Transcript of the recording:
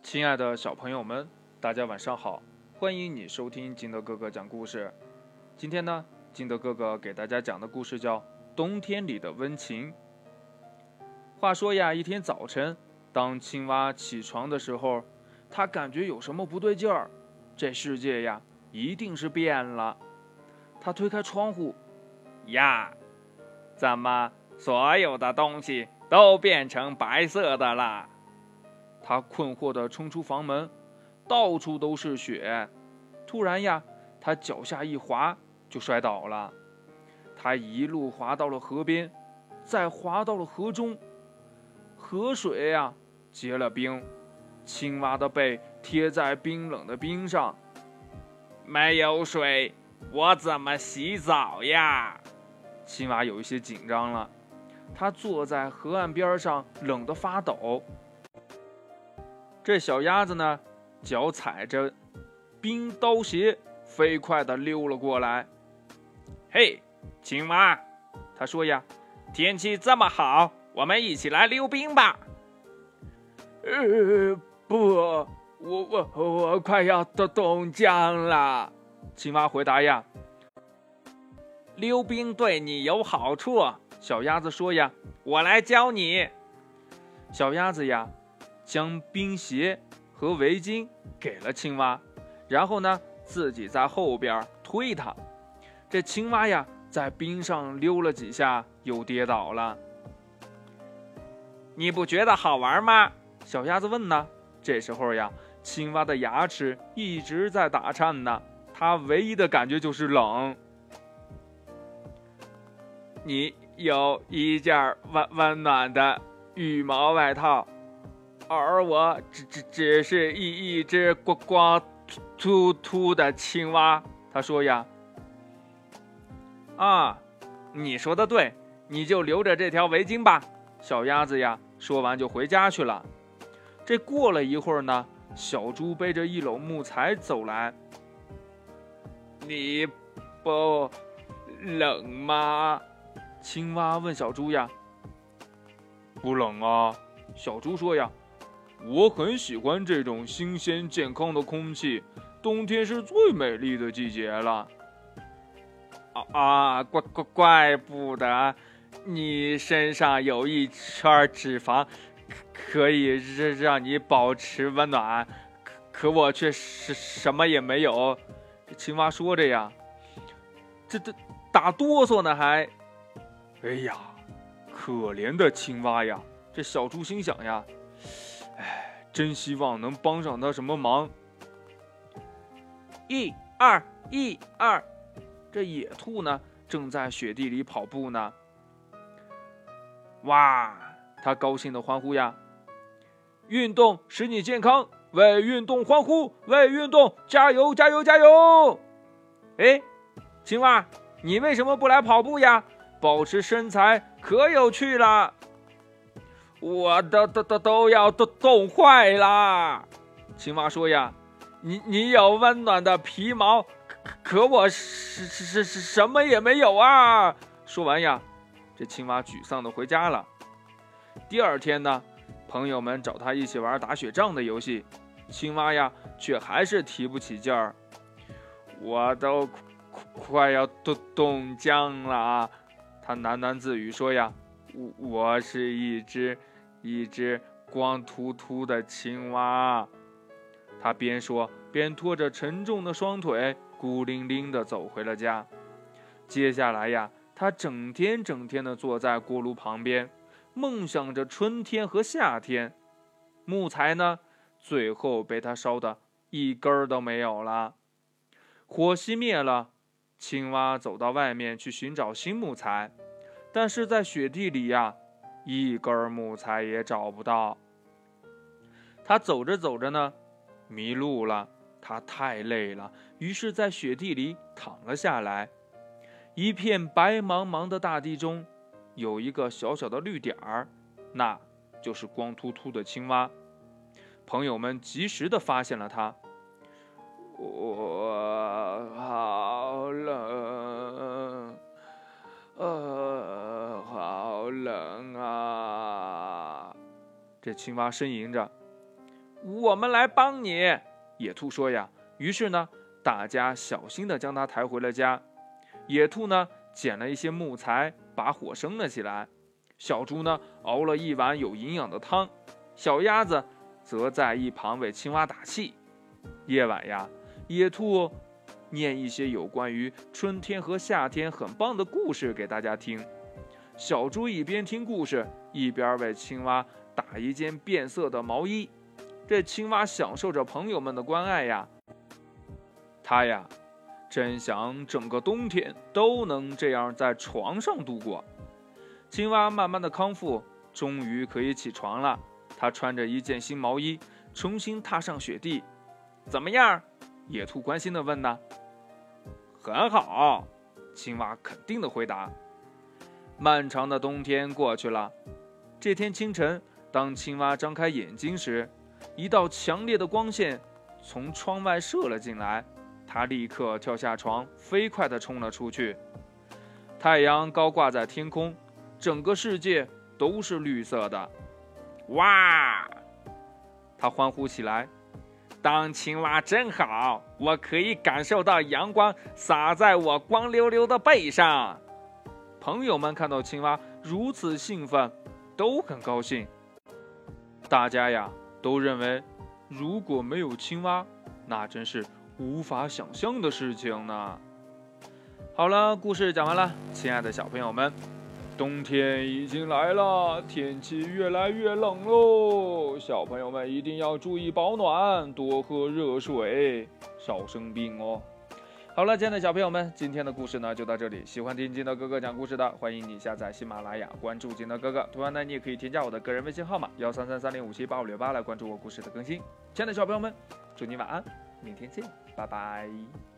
亲爱的小朋友们，大家晚上好！欢迎你收听金德哥哥讲故事。今天呢，金德哥哥给大家讲的故事叫《冬天里的温情》。话说呀，一天早晨，当青蛙起床的时候，他感觉有什么不对劲儿，这世界呀，一定是变了。他推开窗户，呀，怎么所有的东西都变成白色的了？他困惑地冲出房门，到处都是雪。突然呀，他脚下一滑，就摔倒了。他一路滑到了河边，再滑到了河中。河水呀结了冰，青蛙的背贴在冰冷的冰上。没有水，我怎么洗澡呀？青蛙有一些紧张了。他坐在河岸边上，冷得发抖。这小鸭子呢，脚踩着冰刀鞋，飞快地溜了过来。嘿，青蛙，他说呀，天气这么好，我们一起来溜冰吧。不，我快要冻僵了。青蛙回答呀。溜冰对你有好处，小鸭子说呀，我来教你。小鸭子呀，将冰鞋和围巾给了青蛙，然后呢，自己在后边推它。这青蛙呀，在冰上溜了几下，又跌倒了。你不觉得好玩吗？小鸭子问呢。这时候呀，青蛙的牙齿一直在打颤呢，它唯一的感觉就是冷。你有一件温暖的羽毛外套，而我只是一只光秃的青蛙。他说呀，啊，你说的对，你就留着这条围巾吧。小鸭子呀，说完就回家去了。这过了一会儿呢，小猪背着一篓木材走来。你不冷吗？青蛙问小猪呀。不冷啊，小猪说呀，我很喜欢这种新鲜健康的空气，冬天是最美丽的季节了。怪不得你身上有一圈脂肪，可以让你保持温暖，可我却是什么也没有。这青蛙说着呀，这打哆嗦呢还。哎呀，可怜的青蛙呀！这小猪心想呀，哎，真希望能帮上他什么忙。一二，这野兔呢，正在雪地里跑步呢。哇，他高兴地欢呼呀！运动使你健康，为运动欢呼，为运动加油加油加油！哎，青蛙，你为什么不来跑步呀？保持身材可有趣了。我都要冻坏了。青蛙说呀，你有温暖的皮毛，可我是什么也没有啊。说完呀，这青蛙沮丧地回家了。第二天呢，朋友们找他一起玩打雪仗的游戏，青蛙呀却还是提不起劲儿。我都快要冻僵了啊。他喃喃自语说呀，我是一只光秃的青蛙。他边说边拖着沉重的双腿，孤零零地走回了家。接下来呀，他整天地坐在锅炉旁边，梦想着春天和夏天。木材呢，最后被他烧得一根都没有了。火熄灭了，青蛙走到外面去寻找新木材，但是在雪地里呀，一根木材也找不到。他走着走着呢，迷路了，他太累了，于是在雪地里躺了下来。一片白茫茫的大地中，有一个小小的绿点儿，那就是光秃的青蛙。朋友们及时地发现了它。我好冷，好冷啊！这青蛙呻吟着。 我们来帮你。野兔说呀。于是呢，大家小心地将它抬回了家。野兔呢，捡了一些木材，把火生了起来。小猪呢，熬了一碗有营养的汤。小鸭子则在一旁为青蛙打气。夜晚呀，野兔念一些有关于春天和夏天很棒的故事给大家听。小猪一边听故事，一边为青蛙打一件变色的毛衣。这青蛙享受着朋友们的关爱呀。他呀，真想整个冬天都能这样在床上度过。青蛙慢慢的康复，终于可以起床了。他穿着一件新毛衣，重新踏上雪地。怎么样？野兔关心地问呢。很好，青蛙肯定地回答。漫长的冬天过去了。这天清晨，当青蛙张开眼睛时，一道强烈的光线从窗外射了进来。他立刻跳下床，飞快地冲了出去。太阳高挂在天空，整个世界都是绿色的。哇！他欢呼起来。当青蛙真好，我可以感受到阳光洒在我光溜溜的背上。朋友们看到青蛙如此兴奋，都很高兴。大家呀，都认为如果没有青蛙，那真是无法想象的事情呢。好了，故事讲完了，亲爱的小朋友们，冬天已经来了，天气越来越冷喽，小朋友们一定要注意保暖，多喝热水，少生病哦。好了，亲爱的小朋友们，今天的故事呢就到这里。喜欢听金德哥哥讲故事的，欢迎你下载喜马拉雅，关注金德哥哥。同样呢，你也可以添加我的个人微信号码13330578568来关注我故事的更新。亲爱的小朋友们，祝你晚安，明天见，拜拜。